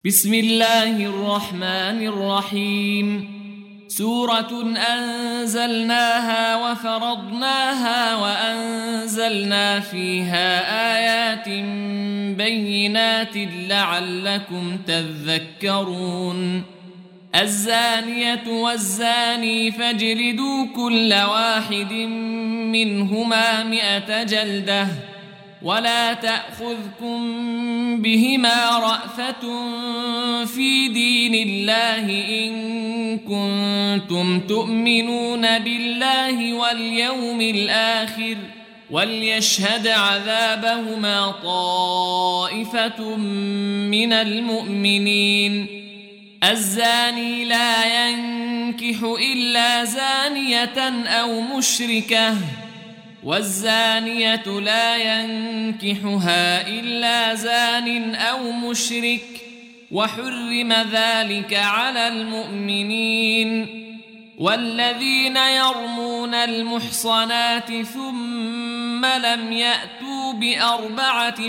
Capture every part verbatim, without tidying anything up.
بسم الله الرحمن الرحيم. سورة أنزلناها وفرضناها وأنزلنا فيها آيات بينات لعلكم تذكرون. الزانية والزاني فاجلدوا كل واحد منهما مئة جلدة ولا تأخذكم بهما رأفة في دين الله إن كنتم تؤمنون بالله واليوم الآخر وليشهد عذابهما طائفة من المؤمنين. الزاني لا ينكح إلا زانية أو مشركة والزانية لا ينكحها إلا زان أو مشرك وحرم ذلك على المؤمنين. والذين يرمون المحصنات ثم لم يأتوا بأربعة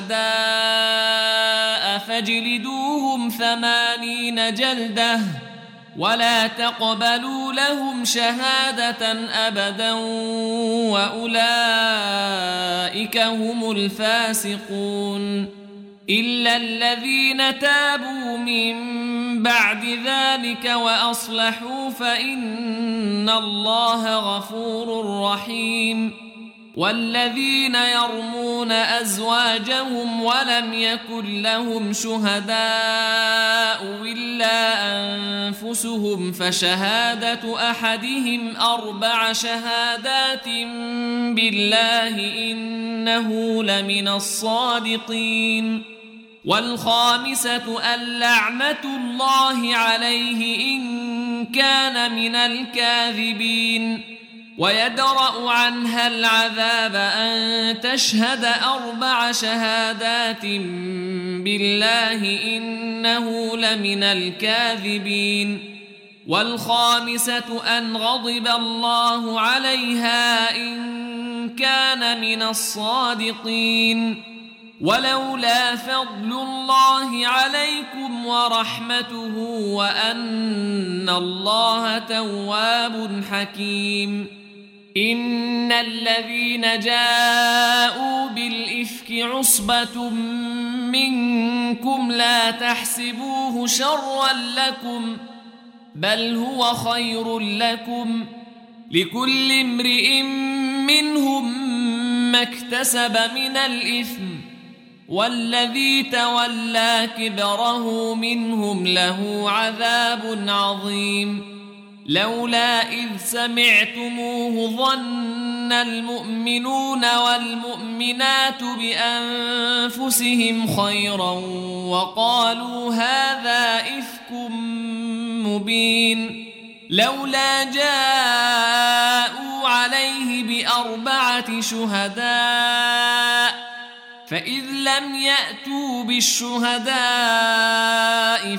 شهداء فاجلدوهم ثمانين جلدة ولا تقبلوا لهم شهادة أبدا وأولئك هم الفاسقون. إلا الذين تابوا من بعد ذلك وأصلحوا فإن الله غفور رحيم. والذين يرمون أزواجهم ولم يكن لهم شهداء إلا أنفسهم فشهادة أحدهم أربع شهادات بالله إنه لمن الصادقين. والخامسة اللعنة الله عليه إن كان من الكاذبين. ويدرأ عنها العذاب أن تشهد أربع شهادات بالله إنه لمن الكاذبين. والخامسة أن غضب الله عليها إن كان من الصادقين. ولولا فضل الله عليكم ورحمته وأن الله تواب حكيم. إن الذين جاءوا بالإفك عصبة منكم لا تحسبوه شرا لكم بل هو خير لكم لكل امرئ منهم ما اكتسب من الإثم والذي تولى كبره منهم له عذاب عظيم. لولا إذ سمعتموه ظن المؤمنون والمؤمنات بأنفسهم خيرا وقالوا هذا إفك مبين. لولا جاءوا عليه بأربعة شهداء فإذ لم يأتوا بالشهداء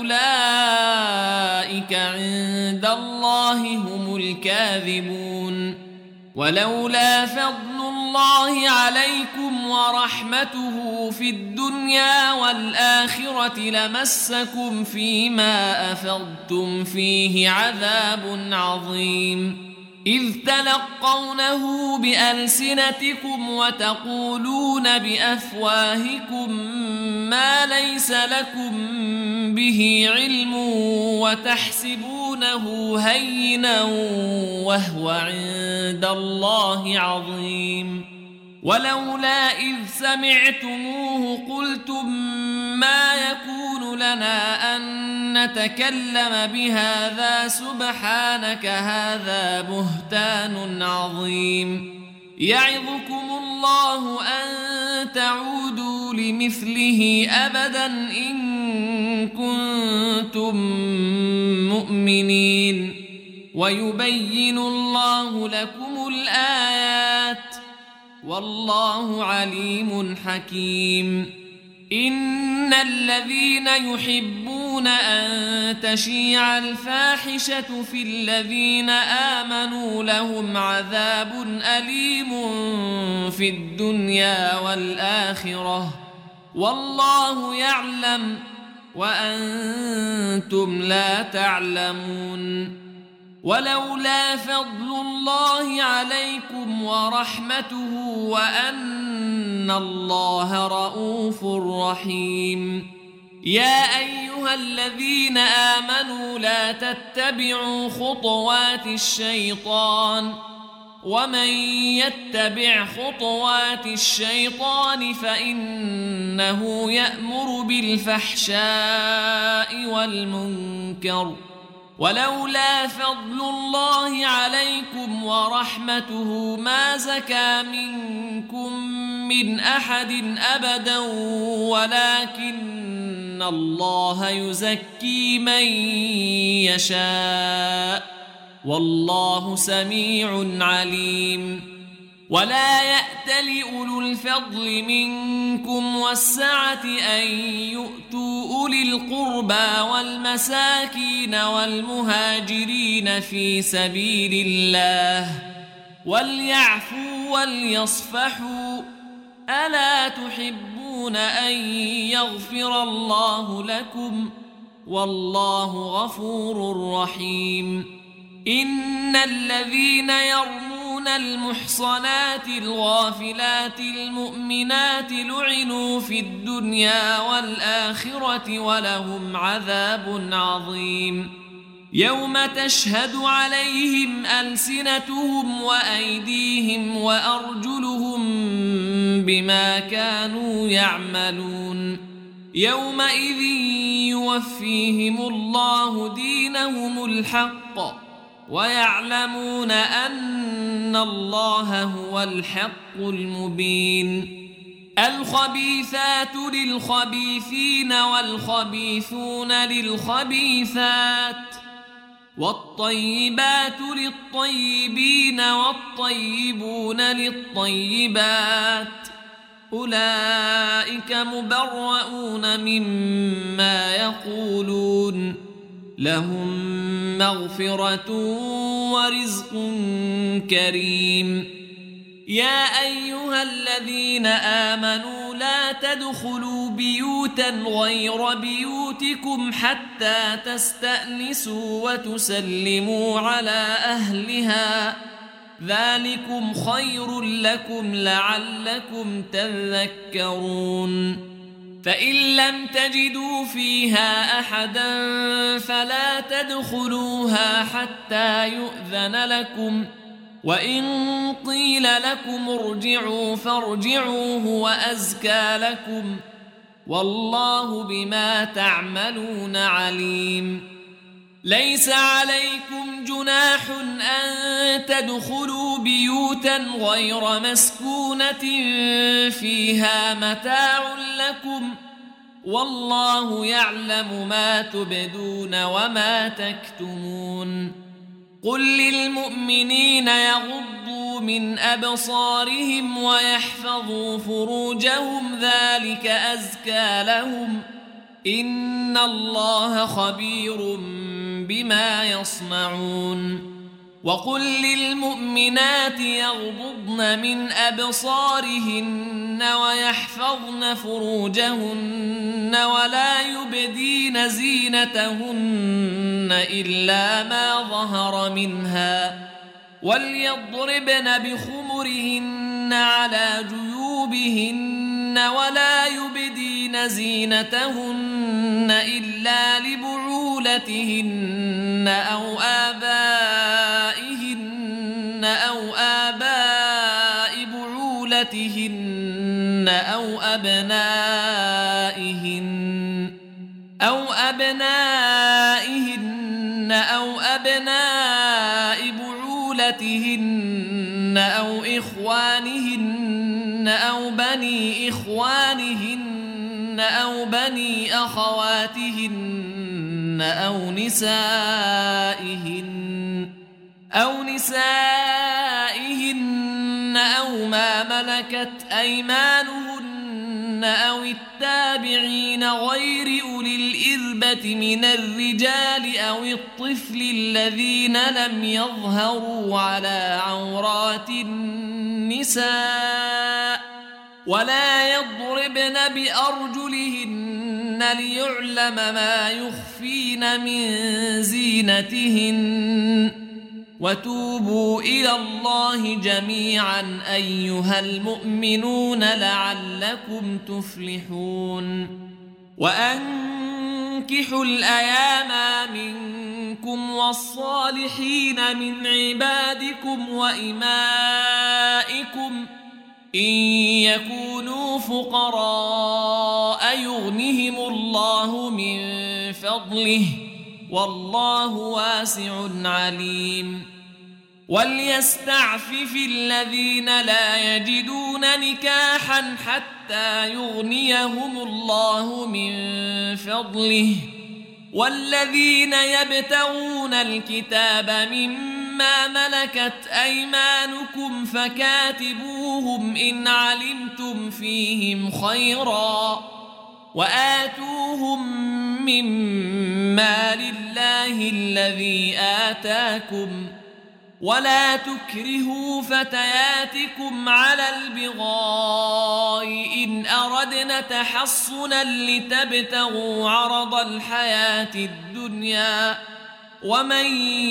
فأولئك عند الله هم الكاذبون. ولولا فضل الله عليكم ورحمته في الدنيا والآخرة لمسكم فيما أفضتم فيه عذاب عظيم. إذ تلقونه بألسنتكم وتقولون بأفواهكم ما ليس لكم به علم وتحسبونه هينا وهو عند الله عظيم. ولولا إذ سمعتموه قلتم ما يكون لنا أن نتكلم بهذا سبحانك هذا بهتان عظيم. يعظكم الله أن تعودوا لمثله أبدا إن كنتم مؤمنين. ويبين الله لكم الآيات والله عليم حكيم. إن الذين يحبون أن تشيع الفاحشة في الذين آمنوا لهم عذاب أليم في الدنيا والآخرة والله يعلم وأنتم لا تعلمون ولولا فضل الله عليكم ورحمته وأن الله رؤوف رحيم يا أيها الذين آمنوا لا تتبعوا خطوات الشيطان ومن يتبع خطوات الشيطان فإنه يأمر بالفحشاء والمنكر ولولا فضل الله عليكم ورحمته ما زكى منكم من أحد أبدا ولكن الله يزكي من يشاء والله سميع عليم ولا يأتل أولو الفضل منكم والسعة أن يؤتوا أولي القربى والمساكين والمهاجرين في سبيل الله وليعفوا وليصفحوا ألا تحبون أن يغفر الله لكم والله غفور رحيم إن الذين يرمون المحصنات الغافلات المؤمنات لعنوا في الدنيا والآخرة ولهم عذاب عظيم يوم تشهد عليهم ألسنتهم وأيديهم وأرجلهم بما كانوا يعملون يومئذ يوفيهم الله دينهم الحق ويعلمون أن الله هو الحق المبين الخبيثات للخبيثين والخبيثون للخبيثات والطيبات للطيبين والطيبون للطيبات أولئك مبرؤون مما يقولون لهم مغفرة ورزق كريم يا أيها الذين آمنوا لا تدخلوا بيوتا غير بيوتكم حتى تستأنسوا وتسلموا على أهلها ذلكم خير لكم لعلكم تذكرون فإن لم تجدوا فيها أحدا فلا تدخلوها حتى يؤذن لكم وإن قيل لكم ارجعوا فارجعوا هو أزكى لكم والله بما تعملون عليم ليس عليكم جناح أن تدخلوا بيوتا غير مسكونة فيها متاع لكم والله يعلم ما تبدون وما تكتمون قل للمؤمنين يغضوا من أبصارهم ويحفظوا فروجهم ذلك أزكى لهم إن الله خبير بما يصنعون وقل للمؤمنات يغضضن من أبصارهن ويحفظن فروجهن ولا يبدين زينتهن إلا ما ظهر منها وليضربن بخمرهن على جيوبهن ولا يبدين زينتهن إلا لبعولتهن أو آبائهن أو آباء بعولتهن أو أبنائهن أو أبنائهن أو أبناء بعولتهن أو إخوانهن أو بني إخوانهن أو بني أخواتهن أو نسائهن أو نسائهن أو ما ملكت أيمانهن أو التابعين غير أولي الإربة من الرجال أو الطفل الذين لم يظهروا على عورات النساء ولا يضربن بأرجلهن ليعلم ما يخفين من زينتهن وتوبوا إلى الله جميعا أيها المؤمنون لعلكم تفلحون وأنكحوا الأيام منكم والصالحين من عبادكم وإمائكم إن يكونوا فقراء يغنهم الله من فضله والله واسع عليم وليستعفف الذين لا يجدون نكاحا حتى يغنيهم الله من فضله والذين يبتغون الكتاب مما ملكت أيمانكم فكاتبوهم إن علمتم فيهم خيرا وآتوهم مما لله الذي آتاكم ولا تكرهوا فتياتكم على البغاء إن أردنا تحصنا لتبتغوا عرض الحياة الدنيا ومن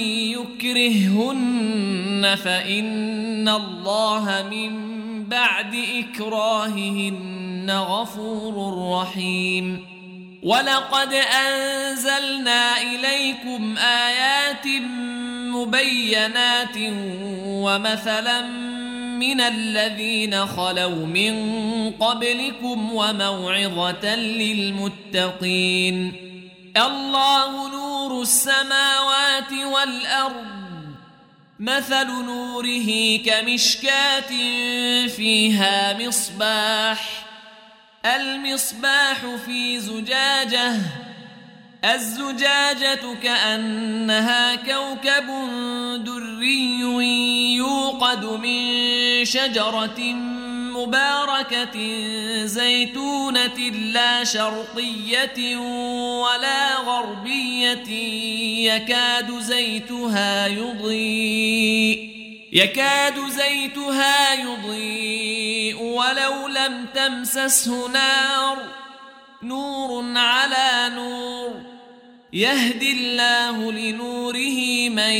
يكرههن فإن الله من بعد إكراههن غفور رحيم ولقد أنزلنا إليكم آيات مبينات ومثلا من الذين خلوا من قبلكم وموعظة للمتقين الله نور السماوات والأرض مثل نوره كمشكاة فيها مصباح المصباح في زجاجة الزجاجة كأنها كوكب دري يوقد من شجرة مباركة زيتونة لا شرقية ولا غربية يكاد زيتها يضيء يكاد زيتها يضيء ولو لم تمسسه نار نور على نور يهدي الله لنوره من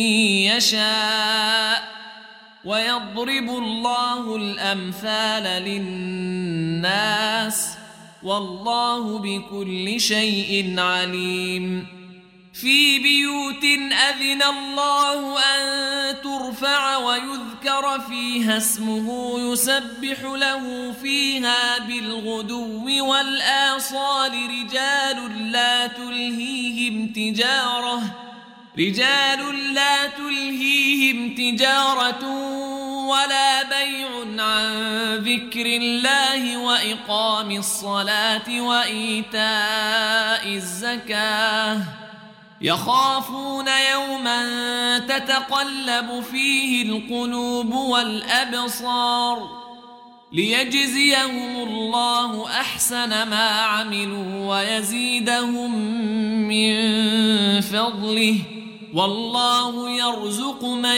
يشاء ويضرب الله الأمثال للناس والله بكل شيء عليم في بيوت أذن الله أن ترفع ويذكر فيها اسمه يسبح له فيها بالغدو والآصال رجال لا تلهيهم تجارة رجال لا تلهيهم تجارة ولا بيع عن ذكر الله وإقام الصلاة وإيتاء الزكاة يخافون يوما تتقلب فيه القلوب والأبصار ليجزيهم الله أحسن ما عملوا ويزيدهم من فضله والله يرزق من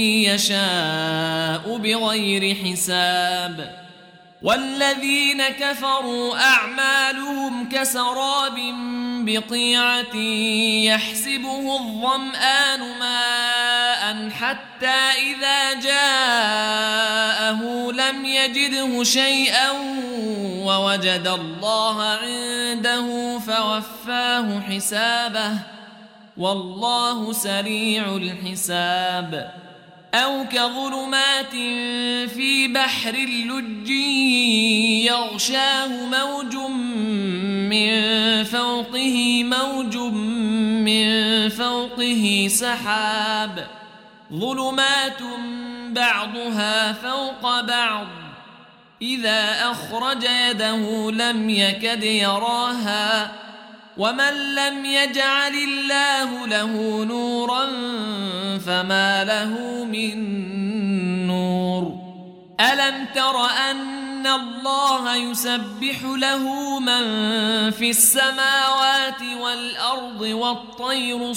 يشاء بغير حساب والذين كفروا أعمالهم كسراب بقيعة يحسبه الظمآن ماء حتى إذا جاءه لم يجده شيئا ووجد الله عنده فوفاه حسابه والله سريع الحساب أو كظلمات في بحر اللج يغشاه موج من فوقه موج من فوقه سحاب ظلمات بعضها فوق بعض إذا أخرج يده لم يكد يراها ومن لم يجعل الله له نورا فما له من نور ألم تر أن الله يسبح له من في السماوات والأرض والطير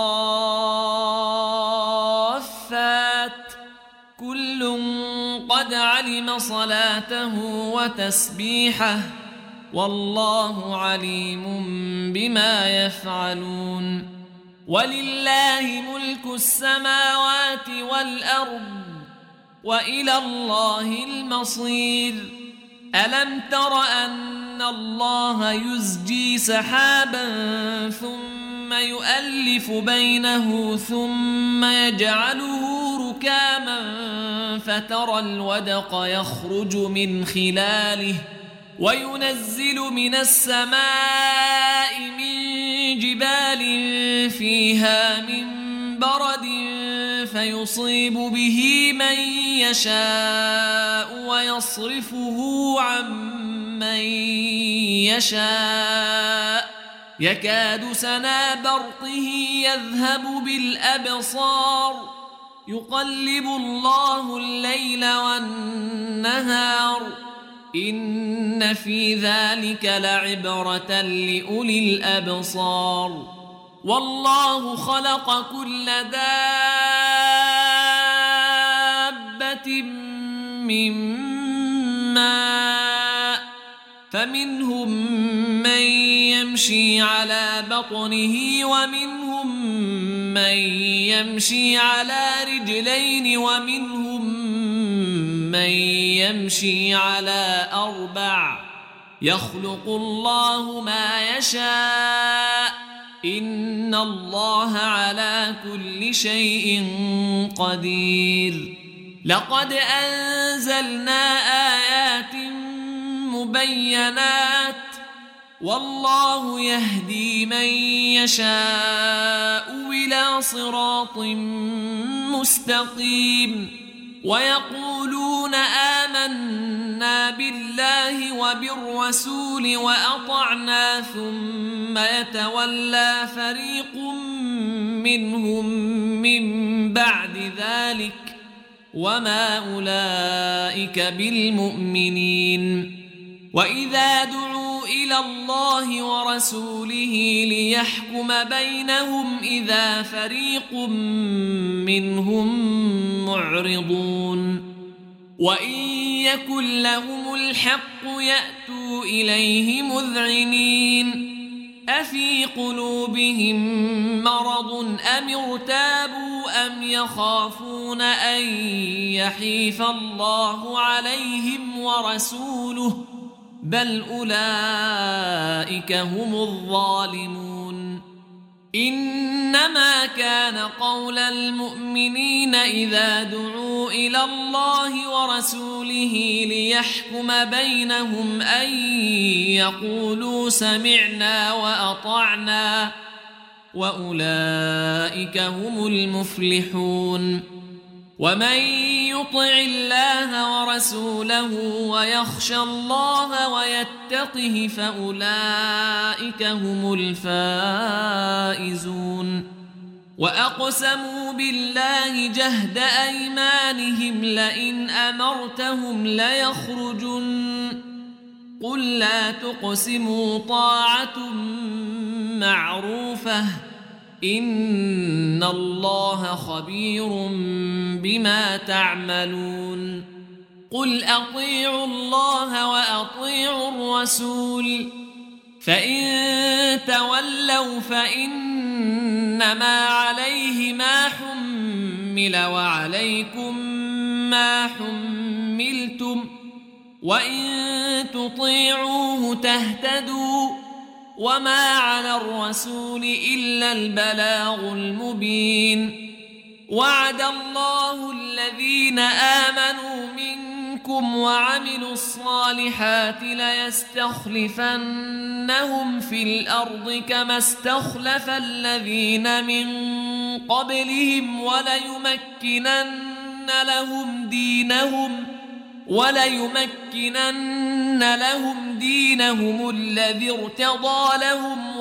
صافات كل قد علم صلاته وتسبيحه والله عليم بما يفعلون ولله ملك السماوات والأرض وإلى الله المصير ألم تر أن الله يزجي سحابا ثم يؤلف بينه ثم يجعله ركاما فترى الودق يخرج من خلاله وينزل من السماء من جبال فيها من برد فيصيب به من يشاء ويصرفه عن من يشاء يكاد سنا برقه يذهب بالأبصار يقلب الله الليل والنهار إن في ذلك لعبرة لأولي الأبصار والله خلق كل دابة من ماء فمنهم من يمشي على بطنه ومنهم من يمشي على رجلين ومنهم من يمشي على أربع يخلق الله ما يشاء إن الله على كل شيء قدير لقد أنزلنا آيات مبينات والله يهدي من يشاء إلى صراط مستقيم ويقولون آمنا بالله وبالرسول وأطعنا ثم يتولى فريق منهم من بعد ذلك وما أولئك بالمؤمنين وإذا دعوا إلى الله ورسوله ليحكم بينهم إذا فريق منهم معرضون وإن يكن لهم الحق يأتوا إليه مذعنين أفي قلوبهم مرض أم ارتابوا أم يخافون أن يحيف الله عليهم ورسوله بل أولئك هم الظالمون إنما كان قول المؤمنين إذا دعوا إلى الله ورسوله ليحكم بينهم أن يقولوا سمعنا وأطعنا وأولئك هم المفلحون ومن يطع الله ورسوله ويخشى الله ويتقه فأولئك هم الفائزون وأقسموا بالله جهد أيمانهم لئن أمرتهم ليخرجن قل لا تقسموا طاعة معروفة إن الله خبير بما تعملون قل أطيعوا الله وأطيعوا الرسول فإن تولوا فإنما عليه ما حمل وعليكم ما حملتم وإن تطيعوه تهتدوا وما على الرسول إلا البلاغ المبين وعد الله الذين آمنوا منكم وعملوا الصالحات ليستخلفنهم في الأرض كما استخلف الذين من قبلهم وليمكنن لهم دينهم وليمكنن لهم دينهم الذي ارتضى لهم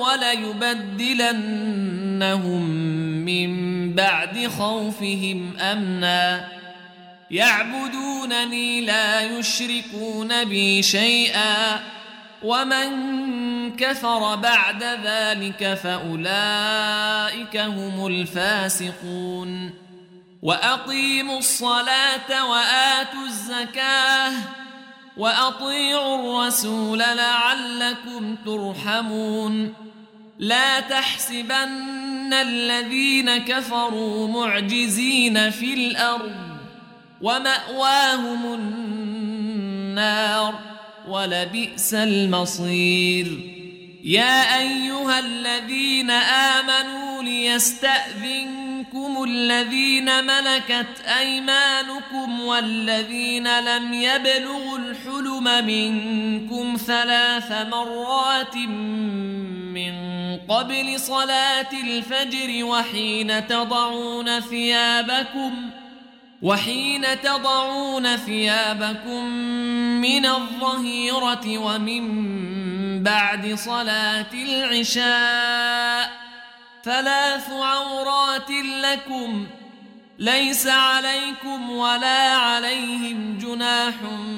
وليبدلنهم من بعد خوفهم أمنا يعبدونني لا يشركون بي شيئا ومن كفر بعد ذلك فأولئك هم الفاسقون وأقيموا الصلاة وآتوا الزكاة وأطيعوا الرسول لعلكم ترحمون لا تحسبن الذين كفروا معجزين في الأرض ومأواهم النار ولبئس المصير يا أيها الذين آمنوا ليستأذنكم الذين ملكت أيمانكم والذين لم يبلغوا الحلم منكم ثلاث مرات من قبل صلاة الفجر وحين تضعون ثيابكم وحين تضعون ثيابكم من الظهيرة ومن بعد صلاة العشاء ثلاث عورات لكم ليس عليكم ولا عليهم جناح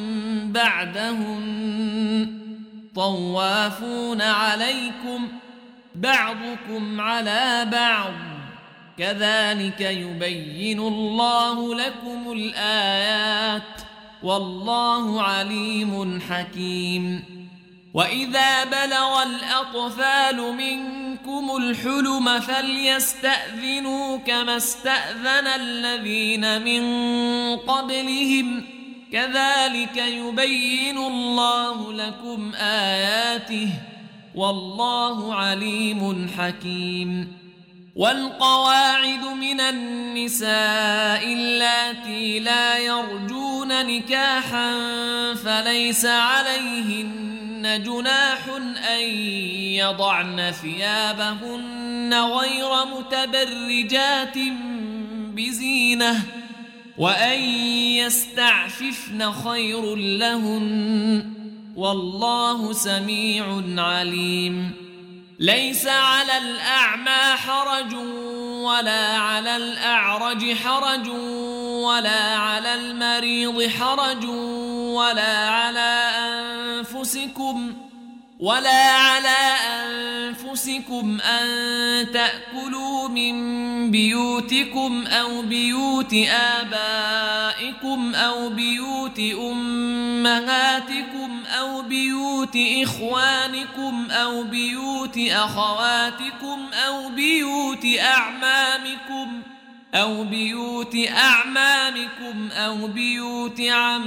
بعدهن طوافون عليكم بعضكم على بعض كذلك يبين الله لكم الآيات والله عليم حكيم وإذا بلغ الأطفال منكم الحلم فليستأذنوا كما استأذن الذين من قبلهم كذلك يبين الله لكم آياته والله عليم حكيم والقواعد من النساء اللاتي لا يرجون نكاحا فليس عليهن جناح أن يضعن ثيابهن غير متبرجات بزينة وأن يستعففن خير لهن والله سميع عليم ليس على الأعمى حرج ولا على الأعرج حرج ولا على المريض حرج ولا على أنفسكم ولا على أنفسكم أن تأكلوا من بيوتكم أو بيوت آبائكم أو بيوت أمهاتكم أو بيوت إخوانكم أو بيوت أخواتكم أو بيوت أعمامكم أو بيوت أعمامكم أو بيوت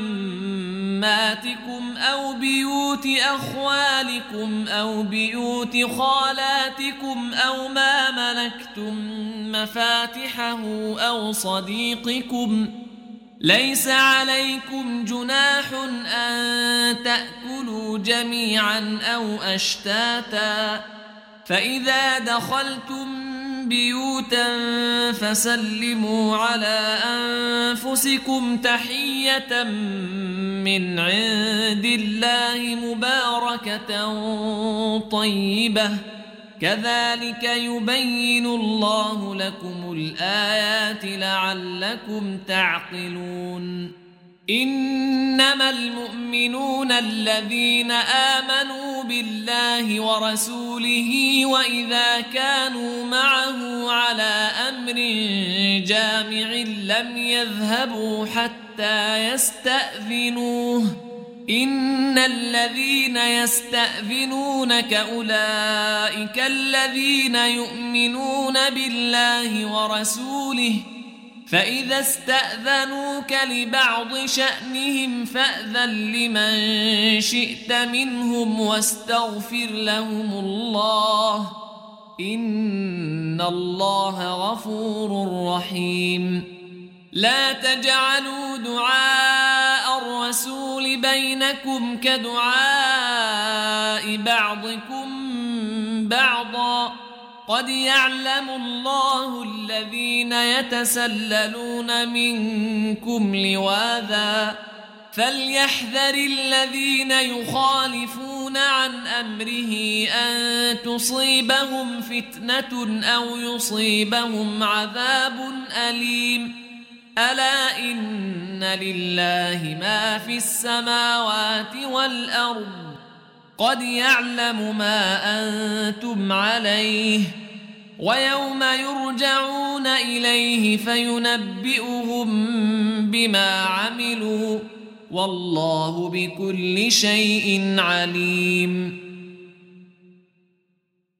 عماتكم أو بيوت أخوالكم أو بيوت خالاتكم أو ما ملكتم مفاتحه أو صديقكم ليس عليكم جناح أن تأكلوا جميعا أو أشتاتا فإذا دخلتم بيوتا فسلموا على أنفسكم تحية من عند الله مباركة طيبة كذلك يبين الله لكم الآيات لعلكم تعقلون إنما المؤمنون الذين آمنوا بالله ورسوله وإذا كانوا معه على أمر جامع لم يذهبوا حتى يستأذنوه إن الذين يستأذنونك أولئك الذين يؤمنون بالله ورسوله فإذا استأذنوك لبعض شأنهم فأذن لمن شئت منهم واستغفر لهم الله إن الله غفور رحيم لا تجعلوا دعاء الرسول بينكم كدعاء بعضكم بعضا قد يعلم الله الذين يتسللون منكم لواذا فليحذر الذين يخالفون عن أمره أن تصيبهم فتنة أو يصيبهم عذاب أليم ألا إن لله ما في السماوات والأرض قد يعلم ما أنتم عليه ويوم يرجعون إليه فينبئهم بما عملوا والله بكل شيء عليم.